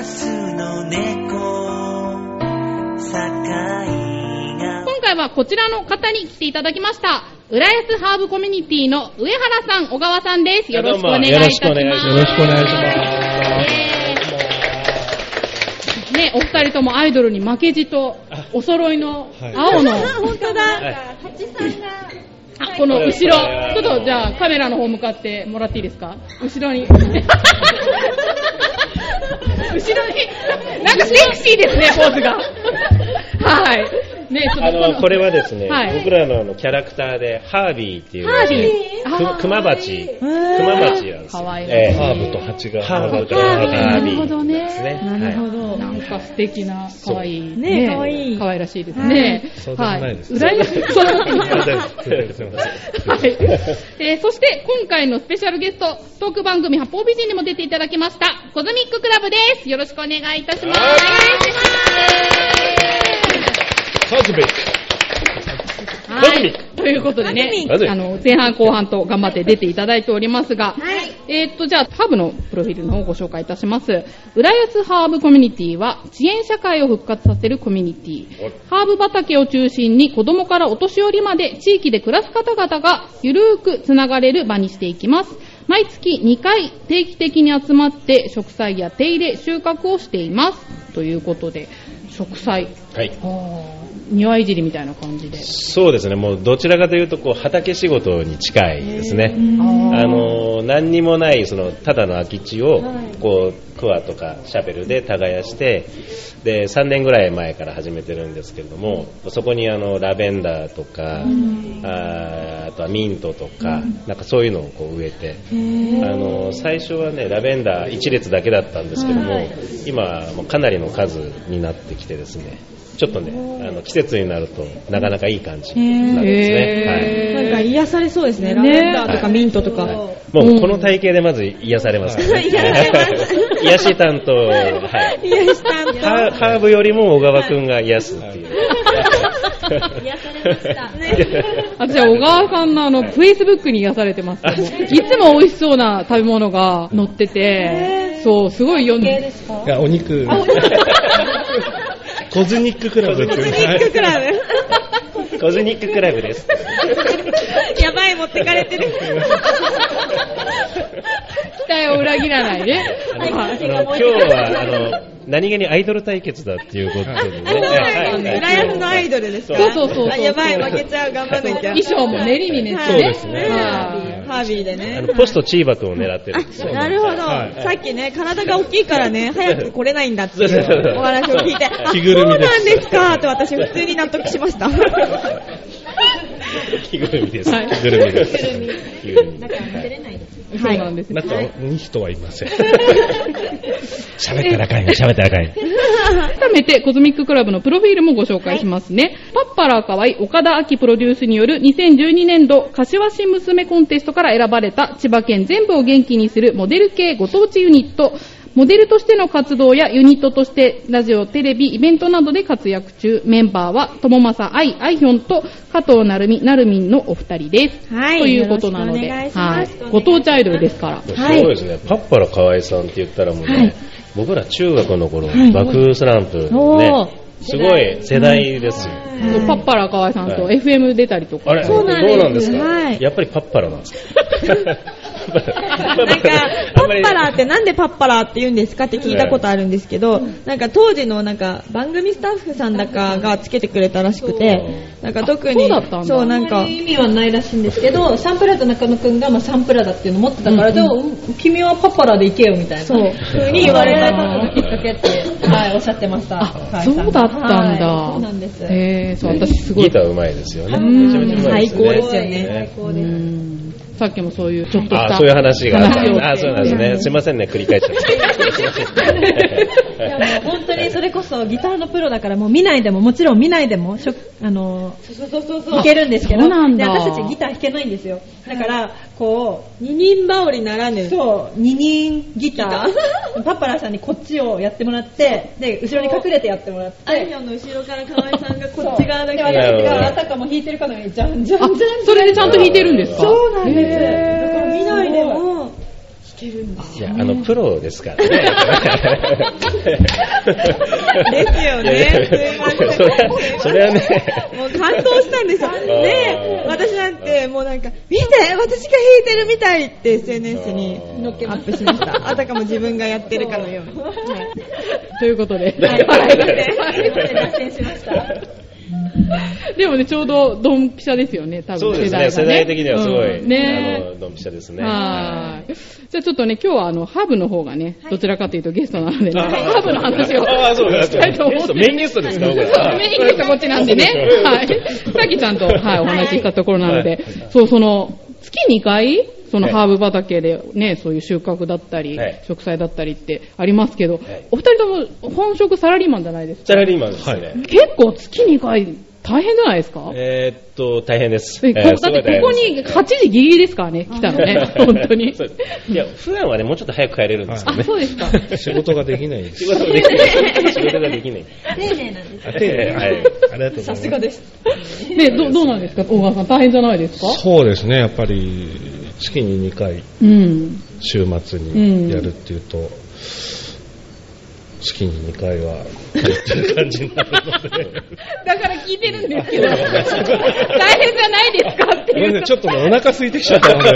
スの猫今回はこちらの方に来ていただきました。浦安ハーブコミュニティの上原さん、小川さんです。よろしくお願いいたします。よろしくお願いします。ね、お二人ともアイドルに負けじとお揃いの青の、 本当だ、 八さんがこの後ろ、ちょっとじゃあカメラの方向かってもらっていいですか。後ろに後ろになんかセクシーですね、ポーズがはいね、 これはですね、 はい、 僕らのキャラクターでハービーっていう、ね、クマバチなんですよ。 かわいい、 ハーブと蜂がハーブとハービーなるほどね。 なるほど。 なんか素敵なかわいいね、かわいい、 かわいらしいですね。 そうでもないです。 はい。そして今回のスペシャルゲスト、トーク番組八方美人にも出ていただきましたコズミッククラブです。よろしくお願いいたします。お願いします。ということでね、前半後半と頑張って出ていただいておりますが、じゃあハーブのプロフィールの方をご紹介いたします。浦安ハーブコミュニティは遅延社会を復活させるコミュニティ。ハーブ畑を中心に子供からお年寄りまで地域で暮らす方々がゆるーくつながれる場にしていきます。毎月2回定期的に集まって植栽や手入れ、収穫をしています。ということで、植栽。 はい。 庭いじりみたいな感じで。 そうですね。もうどちらかというとこう畑仕事に近いですね。何にもないただの空き地をこうクワとかシャベルで耕して、で3年ぐらい前から始めてるんですけれども、そこにラベンダーとか、あとはミントとか、なんかそういうのをこう植えて、最初はねラベンダー1列だけだったんですけども、今はもうかなりの数になってきてですね。ちょっとね、季節になるとなかなかいい感じなんですね。はい。 なんか癒されそうですね。ラベンダーとかミントとか。 もうこの体型でまず癒されますからね。癒し担当、はい。癒し担当。ハーブよりも小川くんが癒すっていう。癒されました。 私は小川さんのFacebook に癒されてますけど、いつも美味しそうな食べ物が載ってて、そう、すごい読んで。 いや、お肉。コズニッククラブっていう。 コズニッククラブ。 コズニッククラブです。 やばい、持ってかれてる。 期待を裏切らないね。 今日は何気にアイドル対決だっていうことでね。 浦安のアイドルですか。 そう。 やばい、負けちゃう、頑張んなきゃ。 衣装も練りに練ってね。 そうですね。 ハービーでね。 ポストチーバくんを狙ってるんですよ。 なるほど。さっきね、体が大きいからね、早く来れないんだっていうお話を聞いて、そうなんですかって私普通に納得しました。 着ぐるみです。 はい、 着ぐるみです。着ぐるみ。 だから出れないです。 そうなんです。 中に人はいません。 喋ったらあかんよ、喋ったらあかんよ。 改めてコズミッククラブのプロフィールもご紹介しますね。パッパラーかわい岡田明プロデュースによる2012年度柏市娘コンテストから選ばれた千葉県全部を元気にするモデル系ご当地ユニット。モデルとしての活動やユニットとしてラジオ、テレビ、イベントなどで活躍中。メンバーは友正愛、愛ひょんと加藤なるみ、なるみんのお二人です。 はい。 ということなので、はい。ご当地アイドルですから。 はい。そうですね。パッパラ河合さんって言ったらもうね、はい、僕ら中学の頃、爆風スランプね、すごい世代ですよ。 パッパラ河合さんと FM 出たりとか。 あれ、そうなんですか。やっぱりパッパラなんですか。 なんかパッパラーってなんでパッパラーって言うんですかって聞いたことあるんですけど、なんか当時のなんか番組スタッフさんだかがつけてくれたらしくて、なんか特にそうなんか意味はないらしいんですけど、サンプラーと中野くんがまあサンプラーだっていうのを持ってたから、じゃあ君はパッパラーで行けよみたいな風に言われたのがきっかけっておっしゃってました。 そうだったんだ。 そうなんです。 そう私すごいギターうまいですよね。 めちゃめちゃうまいですね。最高ですよね。最高です。 さっきもそういうちょっとしたそういう話があった。そうなんですね。すいませんね、繰り返しちゃって。 いやもう本当にそれこそギターのプロだからもう見ないでももちろん見ないでも弾けるんですけど、で私たちギター弾けないんですよ。だからこう二人羽織ならぬ二人ギターパッパラーさんにこっちをやってもらって、で後ろに隠れてやってもらって、 アイヒョンの後ろから河合さんがこっち側だけで私があたかも弾いてるかのようにジャンジャンジャン。 それでちゃんと弾いてるんですか。 そうなんです。だから見ないでも弾けるんですいや、プロですからね。 ですよね。 それはね。 もう感動したんですよ。ね、私なんてもうなんか、見て、私が弾いてるみたいって SNS にアップしました。あたかも自分がやってるかのように。 ということで。 はい。脱線しました。 でもね、ちょうどドンピシャですよね、多分そうですね、世代的にはすごい、ドンピシャですね。 はい。じゃあちょっとね、今日はハーブの方がね、どちらかというとゲストなので、ハーブの話をしたいと思って。 メインゲストですか、僕ら。メインゲストこっちなんでね、はい。さっきちゃんと、はい、お話ししたところなので、そう、月2回そのハーブ畑でね、そういう収穫だったり、植栽だったりってありますけど、お二人とも本職サラリーマンじゃないですか？ サラリーマンですね。 結構月2回大変じゃないですか？ 大変です。 だってここに8時ギリギリですからね、来たのね、本当に。 いや、普段はね、もうちょっと早く帰れるんですけどね。 あ、そうですか。 仕事ができないんです。 仕事ができない。仕事ができない。 丁寧なんです。 丁寧。はい。ありがとうございます。 さすがです。 で、どうなんですか、大川さん、大変じゃないですか？ そうですね、やっぱり月に2回、週末にやるっていうと、月に2回は入ってる感じになるのでだから聞いてるんですけど大変じゃないですかっていう。 ちょっとね、お腹空いてきちゃったの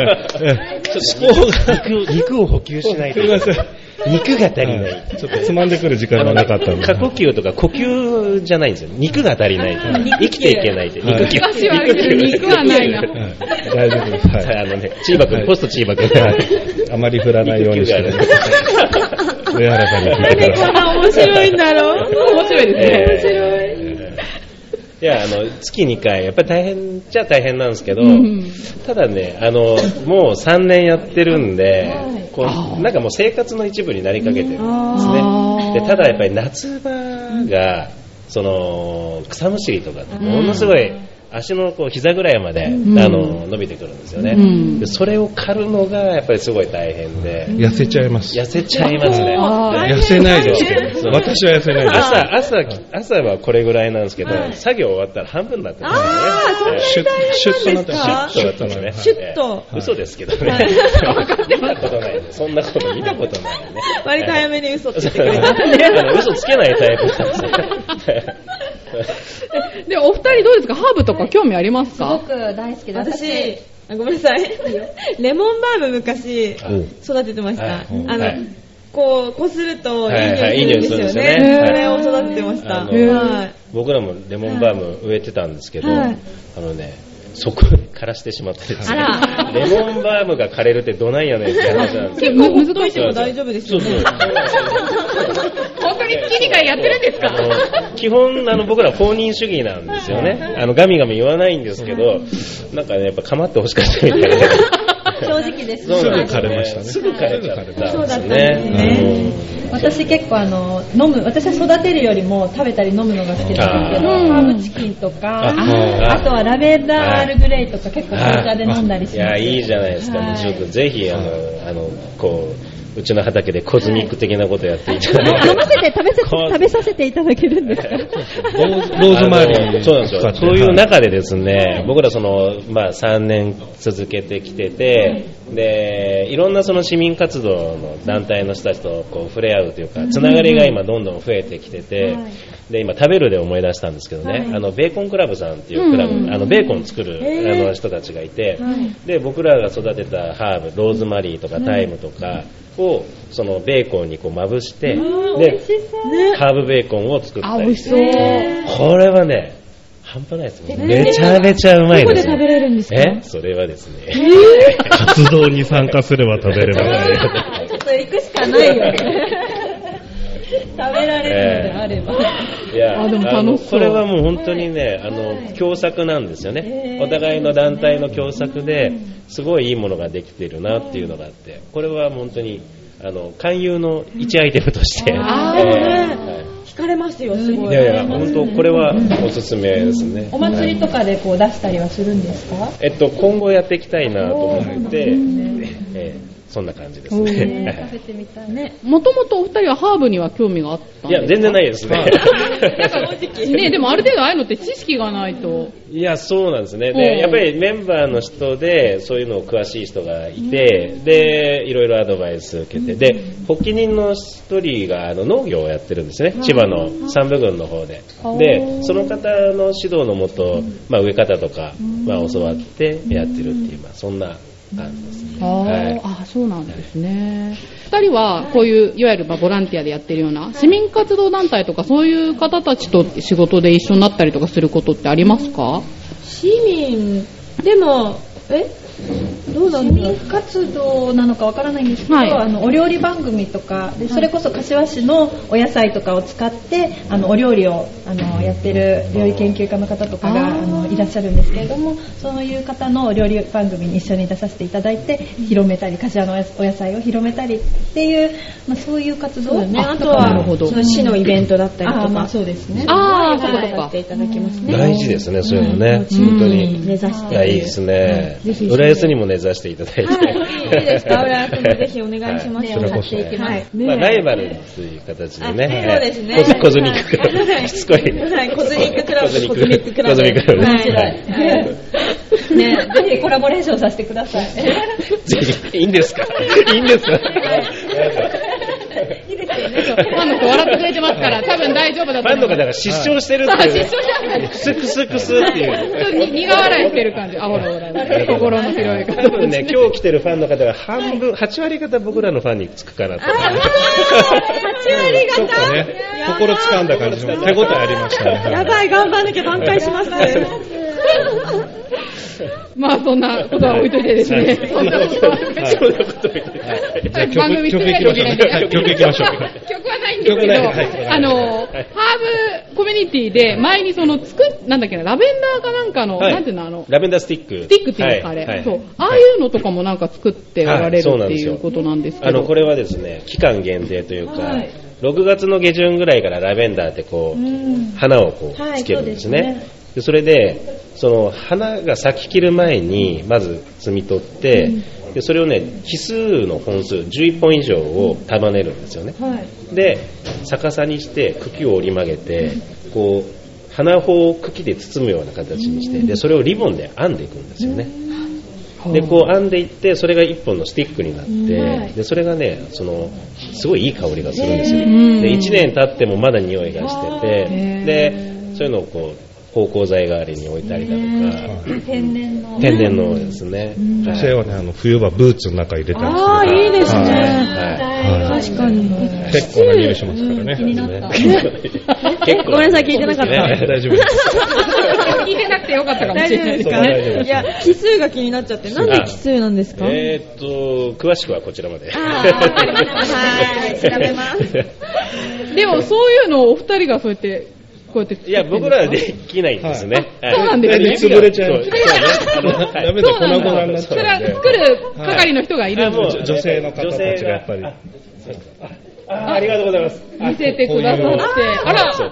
で肉を補給しないと。すいません。肉が足りない。 ちょっとつまんでくる時間がなかったんで。 過呼吸とか呼吸じゃないんですよ。肉が足りない。生きていけないで。肉球。 肉はないな。 大丈夫です。 はい。チーバくん、ポストチーバくん。 あまり振らないようにして。上原さんに聞いてください。 こんな面白いんだろう。 面白いですね。 面白い。 いや、月2回、やっぱり大変っちゃ大変なんですけど、ただね、もう3年やってるんで、なんかもう生活の一部になりかけてるんですね。で、ただやっぱり夏場が、草むしりとか、ものすごい、足の膝ぐらいまで、伸びてくるんですよね、で。それを刈るのがやっぱりすごい大変で。 痩せちゃいます。 痩せちゃいますね。 痩せないですけど。私は痩せないです。 朝はこれぐらいなんですけど、作業終わったら半分になってますね。 シュッとなってます。 シュッとなってますね。 シュッと。 嘘ですけどね。見たことない。そんなこと見たことないね。 割と早めに嘘ついてくれた。 嘘つけないタイプなんですよ。 で、お二人どうですか？ハーブとか興味ありますか？ すごく大好きで私、ごめんなさい。レモンバーム昔育ててました。こするといい匂いするんですよね。それを育ててました。 僕らもレモンバーム植えてたんですけど、そこで枯らしてしまってですね。レモンバームが枯れるってどないやねんって話なんですけど。 結構難しいも大丈夫ですよね。 本当に月2回やってるんですか？ 基本僕ら放任主義なんですよね。ガミガミ言わないんですけど、なんかね、やっぱ構ってほしかったみたいで。 正直です。 すぐ枯れましたね。 すぐ枯れちゃったんですね。 そうだったんですね。私結構私は育てるよりも食べたり飲むのが好きなんですけど、ハーブチキンとか、あとはラベンダーアールグレイとか結構紅茶で飲んだりします。 いや、いいじゃないですか。ちょっとぜひ、うちの畑でコズミック的なことやっていただいて。 飲ませて食べさせていただけるんですか？ ローズマリー。 そうなんですよ。そういう中でですね、僕ら3年続けてきてて、で、いろんな市民活動の団体の人たちと触れ合うというか、つながりが今どんどん増えてきてて、で、今食べるで思い出したんですけどね、ベーコンクラブさんっていうクラブ、ベーコン作る人たちがいて、で、僕らが育てたハーブ、ローズマリーとかタイムとかを、ベーコンにまぶして、で、ハーブベーコンを作ったりして、これはね、半端ないですね。めちゃめちゃうまいです。 どこで食べれるんですか？ それはですね。 活動に参加すれば食べれますね。 ちょっと行くしかないよね。食べられるのであれば。 いや、でも楽しそう。これはもう本当にね、共作なんですよね。お互いの団体の共作で、すごいいいものができているなっていうのがあって、これは本当に、勧誘の一アイテムとして。 惹かれますよ、すごい。 いやいや、本当これはおすすめですね。 お祭りとかで出したりはするんですか？ 今後やっていきたいなと思って、 そんな感じですね。 食べてみたいね。 もともとお二人はハーブには興味があったんですか？ いや、全然ないですね。 ね、でもある程度ああいうのって知識がないと。 いや、そうなんですね。で、やっぱりメンバーの人で、そういうのを詳しい人がいて、で、いろいろアドバイスを受けて、で、発起人の一人が農業をやってるんですね。千葉の山武郡の方で。で、その方の指導のもと、植え方とか、教わってやってるっていう、そんな感じですね。 そうなんですね。二人はこういういわゆるボランティアでやってるような市民活動団体とかそういう方たちと仕事で一緒になったりとかすることってありますか？ 市民でもどうなんだろう。 市民活動なのかわからないんですけど、お料理番組とかで、それこそ柏市のお野菜とかを使ってお料理をやってる料理研究家の方とかがいらっしゃるんですけれども、そういう方のお料理番組に一緒に出させていただいて広めたり、柏のお野菜を広めたりっていう、そういう活動ね。あとはその市のイベントだったりとか、 そうですね。 そうかそうか。いただきますね。 大事ですね、そういうのね。本当に根ざして。 いいですね。浦安にも根ざしていただいて。 いいですか？浦安もぜひお願いします。 それこそ。 ライバルという形でね。 そうですね。 コズミッククラブ。しつこい。 コズミッククラブ。 コズミッククラブ。 ね、ぜひコラボレーションさせてください。 ぜひ、いいんですか？いいんですか？ ファンの子笑ってくれてますから、多分大丈夫だと思う。 ファンの方が失笑してるっていう。失笑してる。クスクスっていう。 ちょっと苦笑いしてる感じ。ほら。心の広い方。 多分ね、今日来てるファンの方が半分、8割方僕らのファンにつくかなと。8 割方ちょっとね、心掴んだ感じの手応えありましたね。 やばい、頑張んなきゃ挽回します。 そんなことは置いといてですね。そんなことは置いといて。番組曲いきましょう。曲いきましょう。 曲はないんですけど、ハーブコミュニティで前にラベンダーかなんかの、なんていうのラベンダースティック。 スティックっていうんですか、あれ。そう。ああいうのとかもなんか作っておられるっていうことなんですけど。 これはですね、期間限定というか、6月の下旬ぐらいからラベンダーって花をつけるんですね。それで、その花が咲き切る前にまず摘み取って、でそれをね、奇数の本数11本以上を束ねるんですよね。で、逆さにして茎を折り曲げて、花穂を茎で包むような形にして、でそれをリボンで編んでいくんですよね。で編んでいって、それが1本のスティックになって、でそれがね、すごいいい香りがするんですよ。で1年経ってもまだ匂いがしてて、でそういうのを芳香剤代わりに置いたりだとか、 天然のですね。 女性はね、冬はブーツの中入れたりする。 いいですね。確かに。 結構な匂いしますからね。 気になった。 ごめんなさい、聞いてなかった。 大丈夫です。 聞いてなくてよかったかもしれないですかね。いや、奇数が気になっちゃって、なんで奇数なんですか？ 詳しくはこちらまで。 はい、調べます。 でもそういうのをお二人がそうやっていや、僕らはできないんですね。 そうなんですね。 潰れちゃう。ダメで粉々になっちゃう。 それは作る係の人がいるんです。 女性の方たちがやっぱり。 ありがとうございます。 見せてくださって、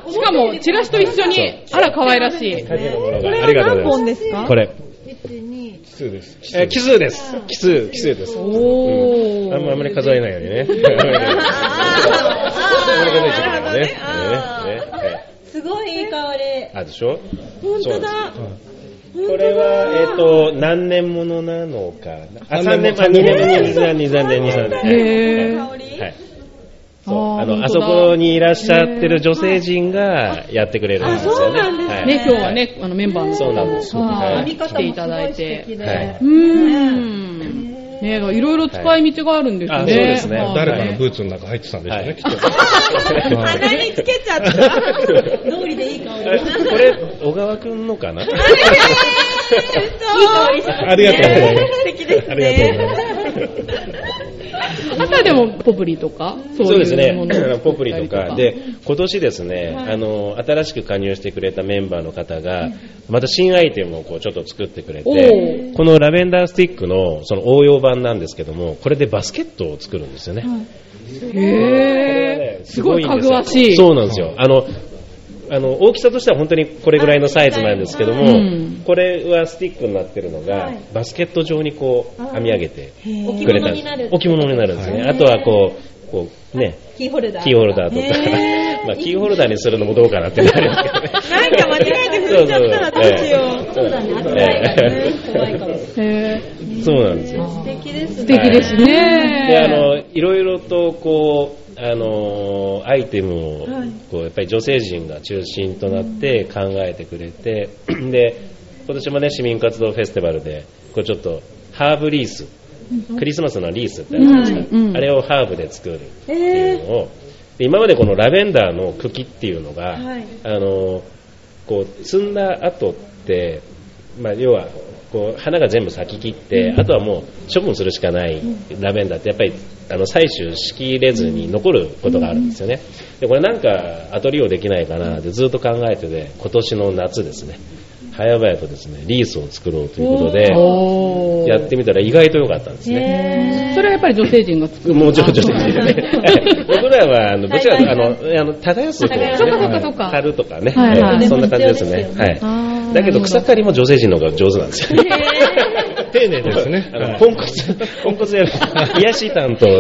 しかもチラシと一緒に、可愛らしい。 これは何本ですか？ これ。 奇数です。 奇数です。奇数です。あんまり数えないようにね。 すごいいい香り。 でしょ？ 本当だ。 これは、何年ものなのか。2年香り？ はい。あそこにいらっしゃってる女性陣がやってくれるんですよね。 そうなんですね。今日はね、メンバーのそうなんです。 来ていただいて。ね、いろいろ使い道があるんですね。 そうですね。 誰かのブーツの中入ってたんでしょうね、きっと。 鼻につけちゃった。 通りでいい香り。 これ、小川くんのかな？いい香りしますね。 ありがとうございます。 素敵ですね。 あとはでもポプリとかそうですね、ポプリとかで、今年ですね、新しく加入してくれたメンバーの方がまた新アイテムをちょっと作ってくれて、このラベンダースティックのその応用版なんですけども、これでバスケットを作るんですよね。 へー、すごいかぐわしい。 そうなんですよ。 大きさとしては本当にこれぐらいのサイズなんですけども、これはスティックになってるのが、バスケット状にこう編み上げてくれたんです。置物になるんですね。あとはこうね、 キーホルダーとか、まあキーホルダーにするのもどうかなってなるんですけどね。 なんか間違えて振っちゃったらどうしよう。 そうだね、危ないからね。怖いかも。 そうなんですよ。 素敵ですね。 素敵ですね。 で、いろいろとこう、アイテムをこうやっぱり女性陣が中心となって考えてくれて、で今年もね市民活動フェスティバルでこれちょっとハーブリース、クリスマスのリースってあるじゃないですか、あれをハーブで作るっていうのを、で今までこのラベンダーの茎っていうのが、こう摘んだ後って、まあ、要はこう花が全部咲き切って、あとはもう処分するしかないラベンダーってやっぱり採取しきれずに残ることがあるんですよね。でこれなんか後利用できないかなってずっと考えてて、今年の夏ですね、早々とですねリースを作ろうということでやってみたら意外と良かったんですね。 それはやっぱり女性陣が作る。 もちろん女性陣で、僕らはどちらか耕すとですね、刈るとかね、そんな感じですね。だけど草刈りも女性陣の方が上手なんですよ。 丁寧ですね。 ポンコツやる癒し担当。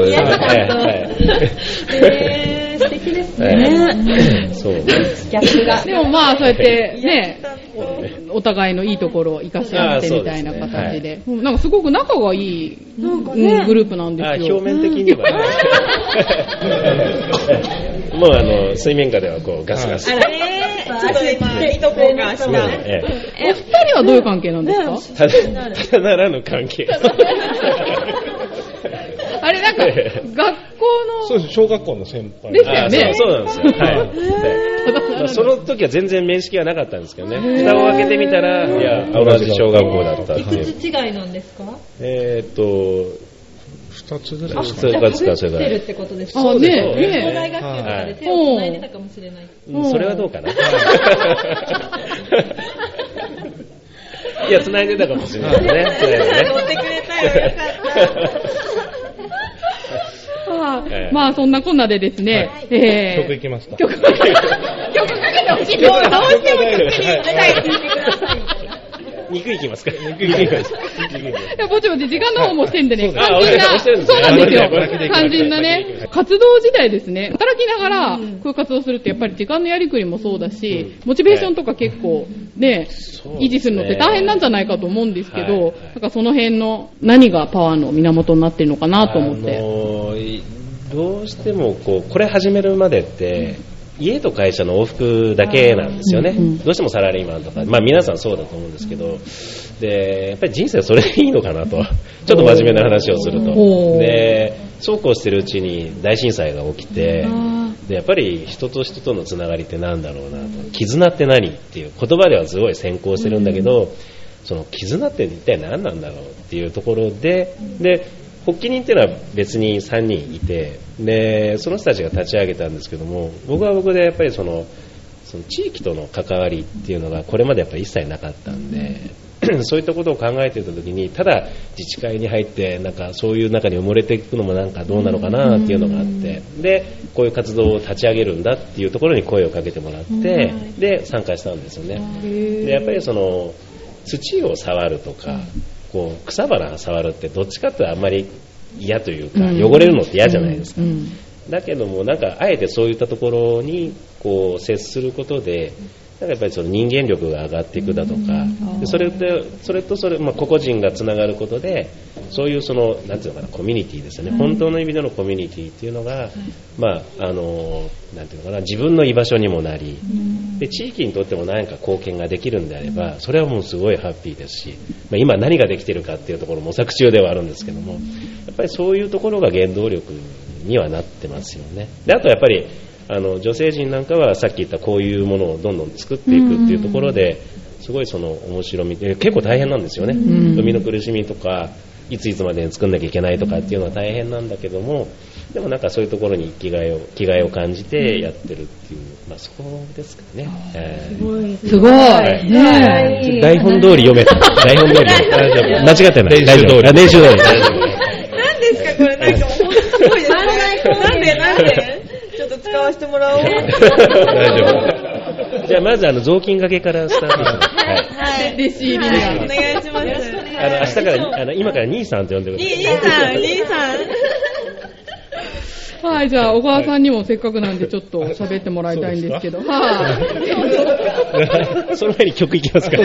素敵ですね。 そう。 逆が。 でもまあそうやってね、お互いのいいところを生かし合ってみたいな形で、なんかすごく仲がいいグループなんですよ。 表面的には。もう水面下ではこうガスガス。 ちょっと今いとこがした。 お二人はどういう関係なんですか？ ただならぬ関係。 あれなんか学校のそうです、小学校の先輩ですよね。 そうなんですよ。はい。その時は全然面識はなかったんですけどね。蓋を開けてみたら、いや同じ小学校だったっていう。 いくつ違いなんですか ？2つぐらいですか。じゃあ被ってるってことですか？ そうですね。兄弟学級とかで手を繋いでたかもしれない。 それはどうかな。いや、繋いでたかもしれないね。 乗ってくれたよ、よかった。 まあそんなこんなでですね、 曲いきますか。 曲かけてほしい。どうしても曲に行きたい。 肉いきますか。肉いきます。ぼちぼち時間の方もしてんでね、肝心な、そうなんですよ。肝心なね、活動自体ですね、働きながらこういう活動するってやっぱり時間のやりくりもそうだし、モチベーションとか結構ね、維持するのって大変なんじゃないかと思うんですけど、なんかその辺の何がパワーの源になってるのかなと思って。 どうしてもこれ始めるまでって、家と会社の往復だけなんですよね。どうしてもサラリーマンとか、まあ皆さんそうだと思うんですけど、でやっぱり人生はそれでいいのかなと、ちょっと真面目な話をすると。でそうこうしてるうちに大震災が起きて、でやっぱり人と人とのつながりってなんだろうなと、絆って何っていう言葉ではすごい先行してるんだけど、その絆って一体何なんだろうっていうところで、発起人っていうのは別に3人いて、でその人たちが立ち上げたんですけども、僕は僕でやっぱりその地域との関わりっていうのがこれまでやっぱり一切なかったんでそういったことを考えていた時に、ただ自治会に入ってなんかそういう中に埋もれていくのもなんかどうなのかなっていうのがあって、でこういう活動を立ち上げるんだっていうところに声をかけてもらって、で参加したんですよね。でやっぱりその土を触るとか、こう草花を触るってどっちかってあんまり嫌というか、汚れるのって嫌じゃないですか。だけどもなんかあえてそういったところにこう接することで、なんかやっぱりその人間力が上がっていくだとか、でそれと、まあ、個々人がつながることで、そういうそのなんていうのかな、コミュニティですよね、本当の意味でのコミュニティっていうのが、まあなんていうのかな、自分の居場所にもなり、で地域にとっても何か貢献ができるんであれば、それはもうすごいハッピーですし、まあ、今何ができているかっていうところ模索中ではあるんですけども、やっぱりそういうところが原動力にはなってますよね。であとやっぱり女性陣なんかはさっき言ったこういうものをどんどん作っていくっていうところですごいその面白みで結構大変なんですよね。生みの苦しみとか、いついつまでに作んなきゃいけないとかっていうのは大変なんだけども、でもなんかそういうところに気概を感じてやってるっていう、まあそこですかね。 すごい、 台本通り読めた。台本通り大丈夫、間違ってない。練習通り。 何ですかこれ、なんかもう本当すごいですね。なんでちょっと使わせてもらおう。 大丈夫。 じゃあまず雑巾掛けからスタート。 はい。 弟子入りに。 お願いします。 明日から今から兄さんって呼んでください。 兄さん。 はい、じゃあ小川さんにもせっかくなんでちょっと喋ってもらいたいんですけど。はい。 その前に曲いきますから。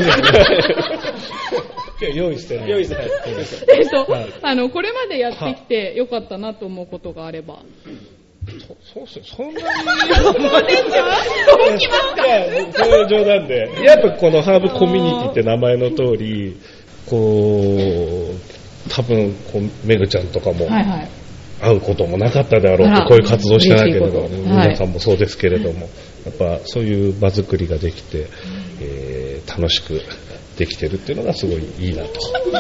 用意してる。 用意してる。 これまでやってきてよかったなと思うことがあれば。 そうっすよ、そんなに。そうきますか？いや、これ冗談で。やっぱこのハーブコミュニティって名前の通り、多分めぐちゃんとかも、会うこともなかったであろうと、こういう活動してなければ、皆さんもそうですけれども、やっぱそういう場作りができて、楽しくできてるっていうのがすごいいいなと。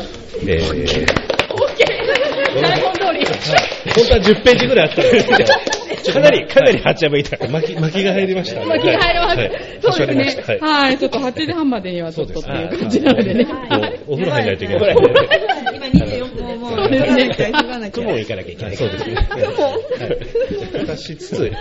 台本通り。 本当は10ページぐらいあったんですけど、 かなりはっちゃめいた。 巻きが入りました。 巻きが入りました。そうですね。はい、ちょっと8時半までにはちょっとっていう感じなのでね。 お風呂入らないといけない。 今24分もそうですね。 雲行かなきゃいけない。 そうですね。私つつ、はい。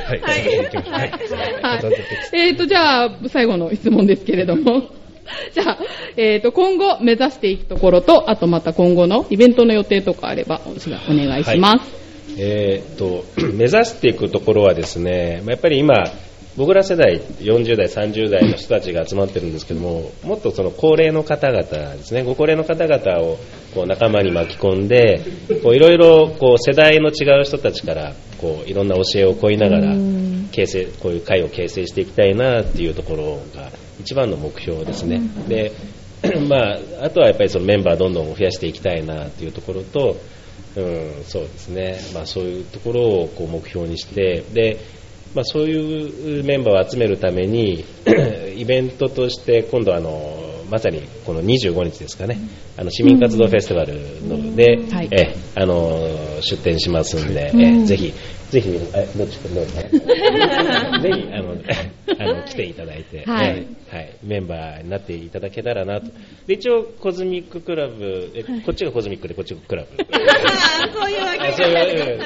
じゃあ、最後の質問ですけれども。じゃあ、今後目指していくところと、あとまた今後のイベントの予定とかあれば、お願いします。 目指していくところはですね、やっぱり今、僕ら世代、40代、30代の人たちが集まってるんですけども、もっとその高齢の方々ですね、ご高齢の方々を仲間に巻き込んで、いろいろ世代の違う人たちからいろんな教えを請いながら、こういう会を形成していきたいなっていうところが一番の目標ですね。で、あとはやっぱりそのメンバーどんどん増やしていきたいなっていうところと、そうですね、そういうところを目標にして、で、そういうメンバーを集めるためにイベントとして今度まさにこの25日ですかね、市民活動フェスティバルので、出展しますんで、ぜひどっちかどうかぜひ来ていただいて、メンバーになっていただけたらなと。で、一応コズミッククラブ、こっちがコズミックでこっちがクラブ。 そういう分け方。そういう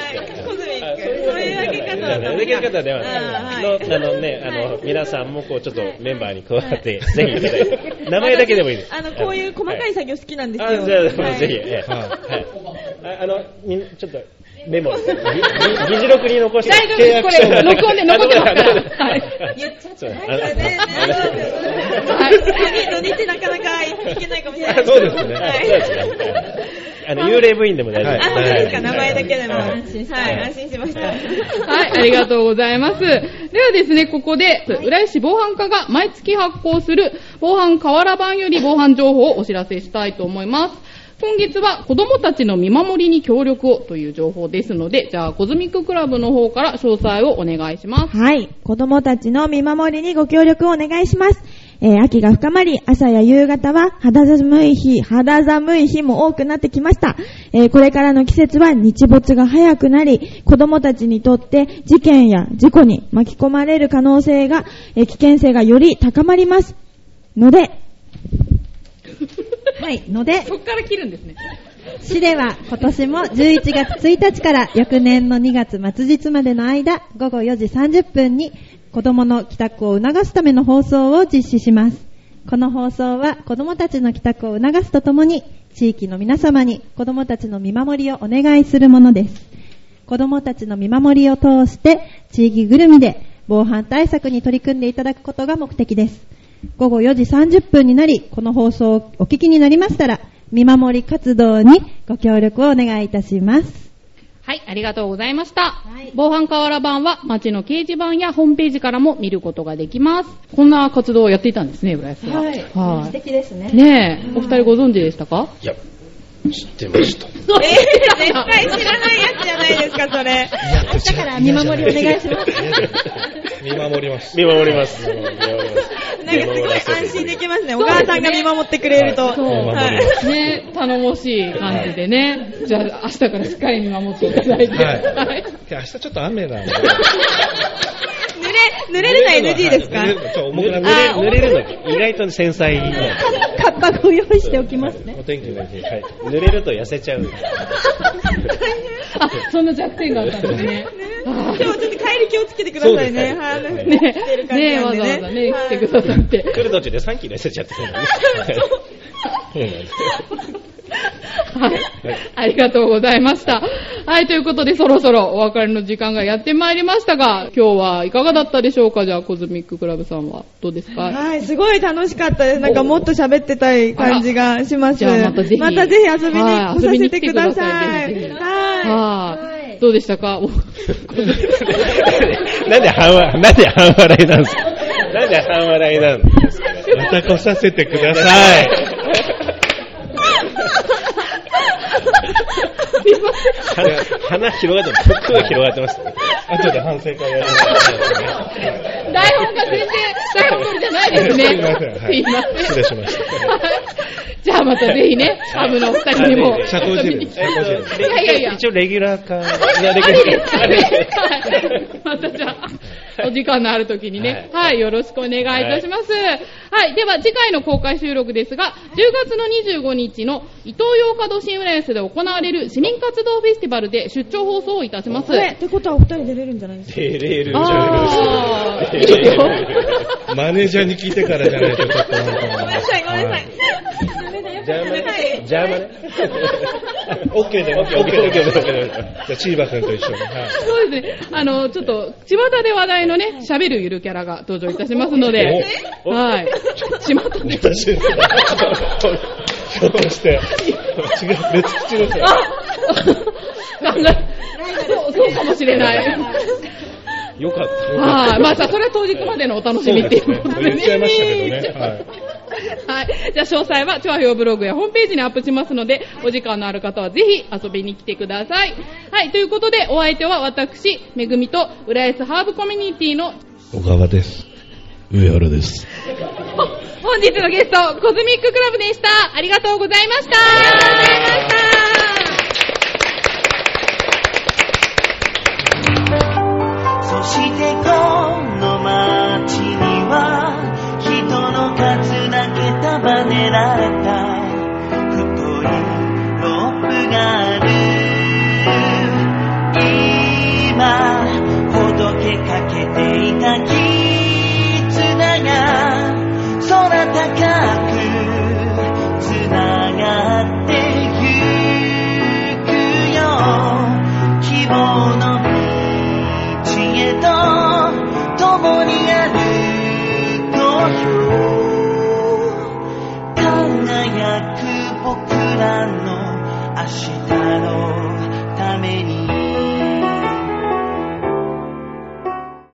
分け方ではない。皆さんもちょっとメンバーに加わってぜひいただいて、名前だけでもいいです。 こういう細かい作業好きなんですよ。 じゃあぜひ、ちょっとメモ、議事録に残して。 大丈夫です、これ、録音で残ってますから。 言っちゃったね。土日なかなか聞けないかもしれない。 そうですね。 幽霊部員でも大丈夫。 そうですか、名前だけでも安心しました。 はい、ありがとうございます。ではですね、ここで、浦安市防犯課が毎月発行する防犯瓦版より防犯情報をお知らせしたいと思います。今月は子どもたちの見守りに協力をという情報ですので、じゃあコズミッククラブの方から詳細をお願いします。 はい、子どもたちの見守りにご協力をお願いします。秋が深まり、朝や夕方は肌寒い日も多くなってきました。これからの季節は日没が早くなり、子どもたちにとって事件や事故に巻き込まれる可能性が、危険性がより高まりますので、 そっから切るんですね。 市では今年も11月1日から翌年の2月末日までの間、午後4時30分に子どもの帰宅を促すための放送を実施します。この放送は子どもたちの帰宅を促すとともに、地域の皆様に子どもたちの見守りをお願いするものです。子どもたちの見守りを通して、地域ぐるみで防犯対策に取り組んでいただくことが目的です。午後4時30分になり、この放送をお聞きになりましたら、見守り活動にご協力をお願いいたします。 はい、ありがとうございました。防犯瓦版は町の掲示板やホームページからも見ることができます。こんな活動をやっていたんですね、浦安は。 素敵ですね。 ねえ、お二人ご存知でしたか？ いや、知ってました。 絶対知らないやつじゃないですか、それ。 明日から見守りお願いします。 見守ります。 見守ります。 なんかすごい安心できますね。お母さんが見守ってくれると。 ね、頼もしい感じでね。じゃあ明日からしっかり見守っていただいて。 明日ちょっと雨なんで。 濡れるの NG ですか？ 濡れるの意外と繊細。 カッパを用意しておきますね。 お天気の日、 濡れると痩せちゃう。 そんな弱点があったんですね。 今日ちょっと帰りり気をつけてくださいね。はい。 ねわざわざね、来てくださって。 来る途中で3キロ痩せちゃってるんだね。 はい。ありがとうございました。はい、ということでそろそろお別れの時間がやってまいりましたが、今日はいかがだったでしょうか？じゃあ、コズミッククラブさんはどうですか？ はい、すごい楽しかったです。なんかもっと喋ってたい感じがします。 じゃあまたぜひ遊びに来させてください。 はい。どうでしたか？ なんで半笑いなんですか？なんで半笑いなんですか？ また来させてください。 花広がってます。僕は広がってます。 後で反省会やります。 台本が全然台本じゃないですね。 すいません。はい、失礼しました。 じゃあまたぜひね、ハブのお二人にも。 社交辞令。 いや。 一応レギュラー化。 またじゃあ、お時間のある時にね、はい、よろしくお願いいたします。はい、では次回の公開収録ですが、10月の25日の伊東洋華堂新浦安で行われる市民活動フェスティバルで出張放送をいたします。 ってことはお二人出れるんじゃないですか？ 出れる。 マネージャーに聞いてからじゃないとちょっと。ごめんなさい。 ジャーマネオッケーで、オッケー。じゃあ、チーバくんと一緒に。 そうですね。ちょっと、巷で話題のね、喋るゆるキャラが登場いたしますので、はい。巷で。 ひょっとして、違う、別口ですよ。 そうかもしれない。 よかった。 はい。まあさ、それは当日までのお楽しみっていうことでね。 言っちゃいましたけどね。はい。 はい。じゃあ詳細は、チョアヘオブログやホームページにアップしますので、お時間のある方はぜひ遊びに来てください。はい。ということで、お相手は私、めぐみと、浦安ハーブコミュニティの小川です。上原です。 本日のゲスト、コズミッククラブでした。ありがとうございました。ありがとうございました。 そしてこの街には人の数だけ束ねられた太いロープがある。今ほどけかけていた絆が空高くつながってゆくよ。希望の共にあると輝く僕らの足